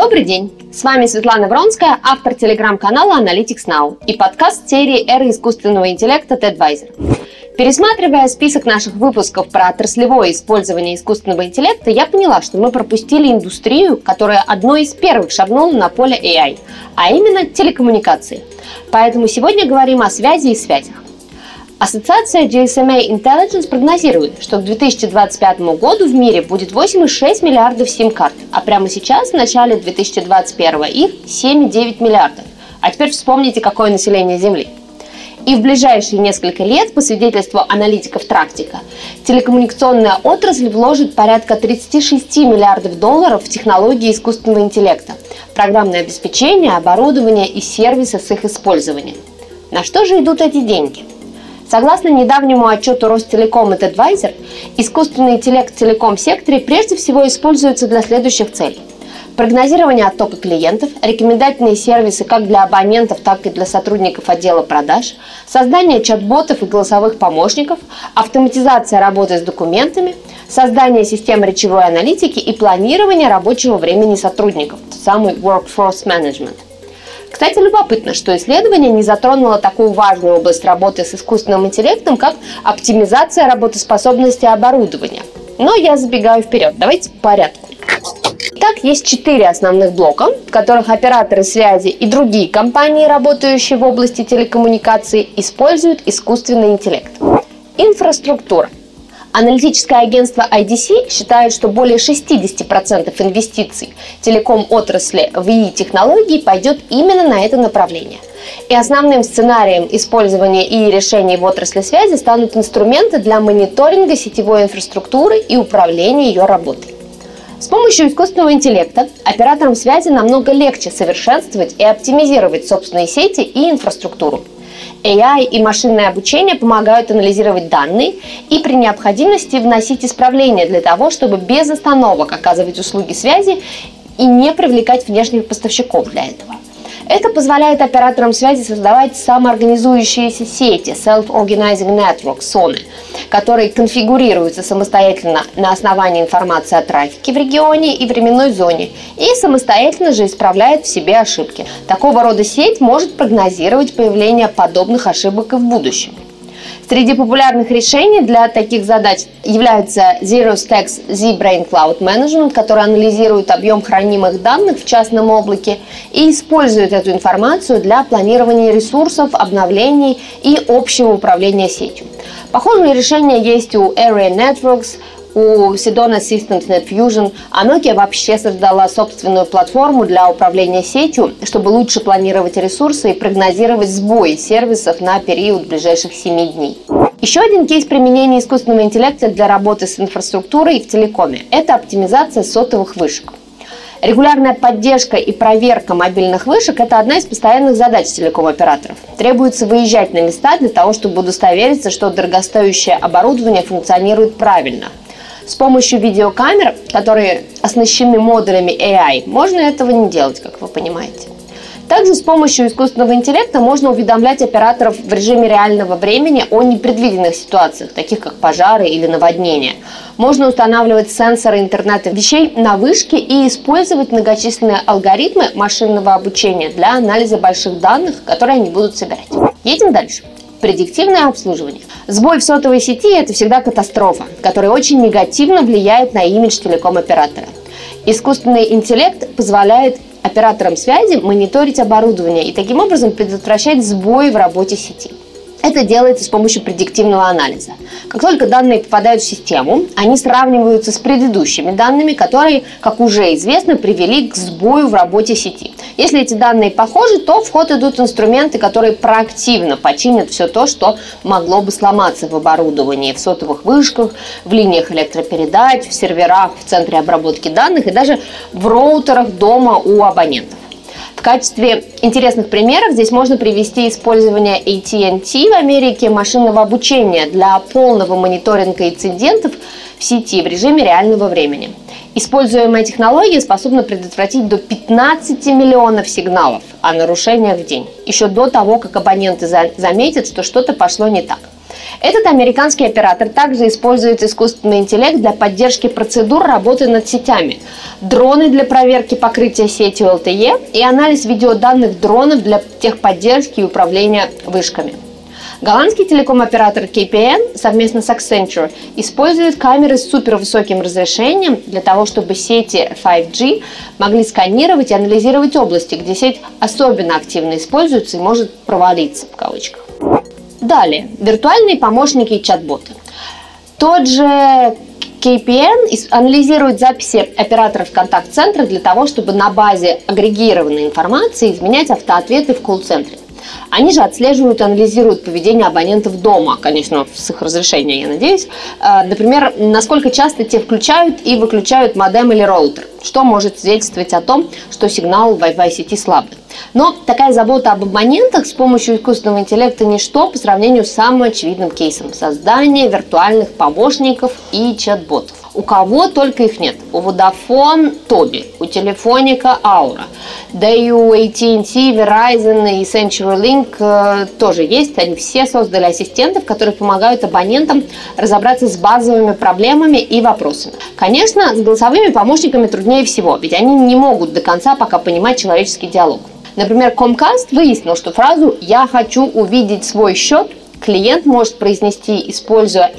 Добрый день! С вами Светлана Вронская, автор телеграм-канала Analytics Now и подкаст серии «Эра искусственного интеллекта TEDvisor». Пересматривая список наших выпусков про отраслевое использование искусственного интеллекта, я поняла, что мы пропустили индустрию, которая одной из первых шагнула на поле AI, а именно телекоммуникации. Поэтому сегодня говорим о связи и связях. Ассоциация GSMA Intelligence прогнозирует, что к 2025 году в мире будет 8,6 миллиардов сим-карт, а прямо сейчас, в начале 2021, их 7,9 миллиардов. А теперь вспомните, какое население Земли. И в ближайшие несколько лет, по свидетельству аналитиков Трактика, телекоммуникационная отрасль вложит порядка 36 миллиардов долларов в технологии искусственного интеллекта, программное обеспечение, оборудование и сервисы с их использованием. На что же идут эти деньги? Согласно недавнему отчету Ростелеком и TEDvisor, искусственный интеллект в телеком-секторе прежде всего используется для следующих целей. Прогнозирование оттока клиентов, рекомендательные сервисы как для абонентов, так и для сотрудников отдела продаж, создание чат-ботов и голосовых помощников, автоматизация работы с документами, создание систем речевой аналитики и планирование рабочего времени сотрудников, тот самый workforce management. Кстати, любопытно, что исследование не затронуло такую важную область работы с искусственным интеллектом, как оптимизация работоспособности оборудования. Но я забегаю вперед, давайте по порядку. Итак, есть 4 основных блока, в которых операторы связи и другие компании, работающие в области телекоммуникаций, используют искусственный интеллект. Инфраструктура. Аналитическое агентство IDC считает, что более 60% инвестиций телеком-отрасли в ИИ-технологии пойдет именно на это направление. И основным сценарием использования ИИ-решений в отрасли связи станут инструменты для мониторинга сетевой инфраструктуры и управления ее работой. С помощью искусственного интеллекта операторам связи намного легче совершенствовать и оптимизировать собственные сети и инфраструктуру. AI и машинное обучение помогают анализировать данные и при необходимости вносить исправления для того, чтобы без остановок оказывать услуги связи и не привлекать внешних поставщиков для этого. Это позволяет операторам связи создавать самоорганизующиеся сети Self-Organizing Network, SONE, которые конфигурируются самостоятельно на основании информации о трафике в регионе и временной зоне и самостоятельно же исправляют в себе ошибки. Такого рода сеть может прогнозировать появление подобных ошибок и в будущем. Среди популярных решений для таких задач являются Zero Stacks Z-Brain Cloud Management, который анализирует объем хранимых данных в частном облаке и использует эту информацию для планирования ресурсов, обновлений и общего управления сетью. Похожие решения есть у Area Networks, у Sidon Assistant NetFusion, а Nokia вообще создала собственную платформу для управления сетью, чтобы лучше планировать ресурсы и прогнозировать сбои сервисов на период ближайших 7 дней. Еще один кейс применения искусственного интеллекта для работы с инфраструктурой в телекоме – это оптимизация сотовых вышек. Регулярная поддержка и проверка мобильных вышек – это одна из постоянных задач телеком-операторов. Требуется выезжать на места для того, чтобы удостовериться, что дорогостоящее оборудование функционирует правильно. С помощью видеокамер, которые оснащены модулями AI, можно этого не делать, как вы понимаете. Также с помощью искусственного интеллекта можно уведомлять операторов в режиме реального времени о непредвиденных ситуациях, таких как пожары или наводнения. Можно устанавливать сенсоры интернета вещей на вышке и использовать многочисленные алгоритмы машинного обучения для анализа больших данных, которые они будут собирать. Едем дальше. Предиктивное обслуживание. Сбой в сотовой сети – это всегда катастрофа, которая очень негативно влияет на имидж телеком-оператора. Искусственный интеллект позволяет операторам связи мониторить оборудование и таким образом предотвращать сбои в работе сети. Это делается с помощью предиктивного анализа. Как только данные попадают в систему, они сравниваются с предыдущими данными, которые, как уже известно, привели к сбою в работе сети. Если эти данные похожи, то в ход идут инструменты, которые проактивно починят все то, что могло бы сломаться в оборудовании, в сотовых вышках, в линиях электропередач, в серверах, в центре обработки данных и даже в роутерах дома у абонентов. В качестве интересных примеров здесь можно привести использование AT&T в Америке машинного обучения для полного мониторинга инцидентов в сети в режиме реального времени. Используемая технология способна предотвратить до 15 миллионов сигналов о нарушениях в день, еще до того, как абоненты заметят, что что-то пошло не так. Этот американский оператор также использует искусственный интеллект для поддержки процедур работы над сетями, дроны для проверки покрытия сетью LTE и анализ видеоданных дронов для техподдержки и управления вышками. Голландский телеком-оператор KPN совместно с Accenture использует камеры с супервысоким разрешением для того, чтобы сети 5G могли сканировать и анализировать области, где сеть особенно активно используется и может «провалиться» в кавычках. Далее, виртуальные помощники и чат-боты. Тот же KPN анализирует записи операторов контакт-центра для того, чтобы на базе агрегированной информации изменять автоответы в колл-центре. Они же отслеживают и анализируют поведение абонентов дома, конечно, с их разрешения, я надеюсь. Например, насколько часто те включают и выключают модем или роутер, что может свидетельствовать о том, что сигнал Wi-Fi сети слабый. Но такая забота об абонентах с помощью искусственного интеллекта ничто по сравнению с самым очевидным кейсом – создания виртуальных помощников и чат-ботов. У кого только их нет. У Vodafone – Toby, у Telefonica – Aura, да и у AT&T, Verizon и CenturyLink тоже есть. Они все создали ассистентов, которые помогают абонентам разобраться с базовыми проблемами и вопросами. Конечно, с голосовыми помощниками труднее всего, ведь они не могут до конца пока понимать человеческий диалог. Например, Comcast выяснил, что фразу «я хочу увидеть свой счет» клиент может произнести, используя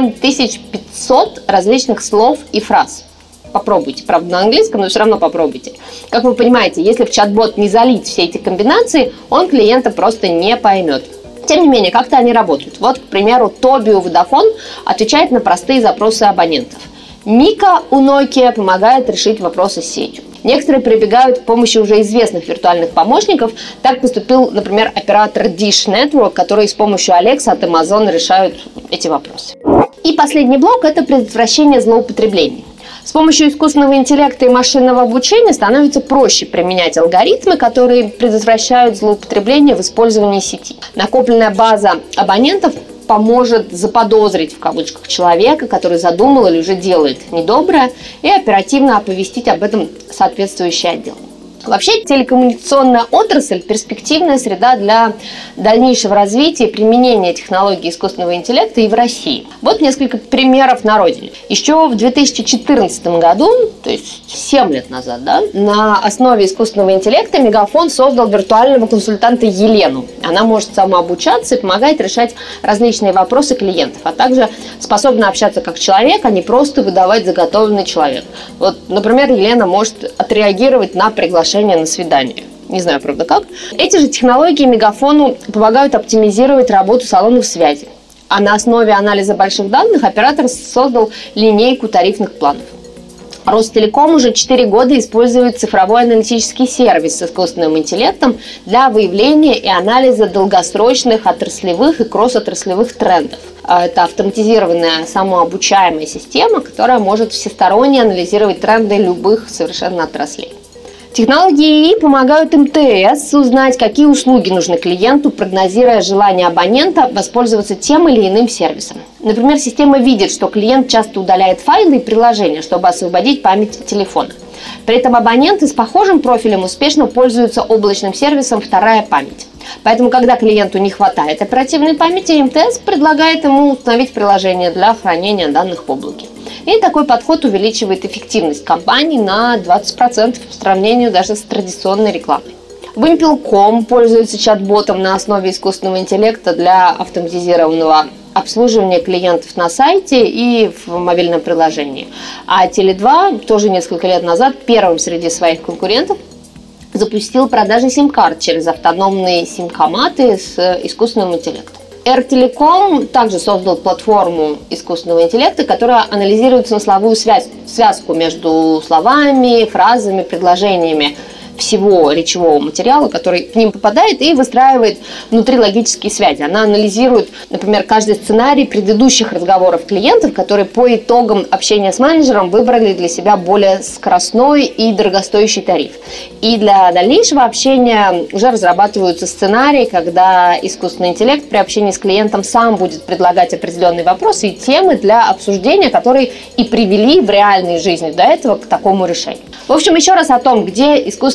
7500 различных слов и фраз. Попробуйте. Правда, на английском, но все равно попробуйте. Как вы понимаете, если в чат-бот не залить все эти комбинации, он клиента просто не поймет. Тем не менее, как-то они работают. Вот, к примеру, Тоби у Vodafone отвечает на простые запросы абонентов. Мика у Nokia помогает решить вопросы с сетью. Некоторые прибегают к помощи уже известных виртуальных помощников. Так поступил, например, оператор Dish Network, который с помощью Alexa от Amazon решают эти вопросы. И последний блок – это предотвращение злоупотреблений. С помощью искусственного интеллекта и машинного обучения становится проще применять алгоритмы, которые предотвращают злоупотребление в использовании сети. Накопленная база абонентов поможет заподозрить в кавычках человека, который задумал или уже делает недоброе, и оперативно оповестить об этом соответствующий отдел. Вообще, телекоммуникационная отрасль – перспективная среда для дальнейшего развития и применения технологий искусственного интеллекта и в России. Вот несколько примеров на родине. Еще в 2014 году, то есть 7 лет назад, на основе искусственного интеллекта Мегафон создал виртуального консультанта Елену. Она может самообучаться и помогает решать различные вопросы клиентов, а также способна общаться как человек, а не просто выдавать заготовленный человек. Вот, например, Елена может отреагировать на приглашение на свидание. Не знаю, правда, как. Эти же технологии Мегафону помогают оптимизировать работу салонов связи. А на основе анализа больших данных оператор создал линейку тарифных планов. Ростелеком уже 4 года использует цифровой аналитический сервис с искусственным интеллектом для выявления и анализа долгосрочных отраслевых и кросс-отраслевых трендов. Это автоматизированная самообучаемая система, которая может всесторонне анализировать тренды любых совершенно отраслей. Технологии ИИ помогают МТС узнать, какие услуги нужны клиенту, прогнозируя желание абонента воспользоваться тем или иным сервисом. Например, система видит, что клиент часто удаляет файлы и приложения, чтобы освободить память телефона. При этом абоненты с похожим профилем успешно пользуются облачным сервисом «Вторая память». Поэтому, когда клиенту не хватает оперативной памяти, МТС предлагает ему установить приложение для хранения данных в облаке. И такой подход увеличивает эффективность компаний на 20% по сравнению даже с традиционной рекламой. Wimpel.com пользуется чат-ботом на основе искусственного интеллекта для автоматизированного обслуживания клиентов на сайте и в мобильном приложении. А Теле2 тоже несколько лет назад первым среди своих конкурентов запустил продажи сим-карт через автономные сим-коматы с искусственным интеллектом. R-Telecom также создал платформу искусственного интеллекта, которая анализирует смысловую связку между словами, фразами, предложениями всего речевого материала, который к ним попадает, и выстраивает внутри логические связи. Она анализирует, например, каждый сценарий предыдущих разговоров клиентов, которые по итогам общения с менеджером выбрали для себя более скоростной и дорогостоящий тариф. И для дальнейшего общения уже разрабатываются сценарии, когда искусственный интеллект при общении с клиентом сам будет предлагать определенные вопросы и темы для обсуждения, которые и привели в реальной жизни до этого к такому решению. В общем, еще раз о том, где искусственный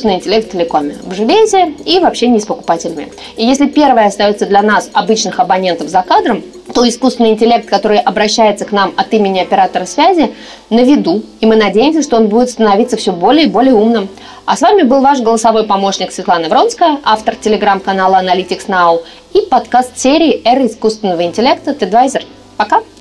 искусственный интеллект в телекоме, в железе и в общении с покупателями. И если первое остается для нас, обычных абонентов, за кадром, то искусственный интеллект, который обращается к нам от имени оператора связи, на виду, и мы надеемся, что он будет становиться все более и более умным. А с вами был ваш голосовой помощник Светлана Вронская, автор телеграм-канала Analytics Now и подкаст серии «Эры искусственного интеллекта TEDvisor». Пока!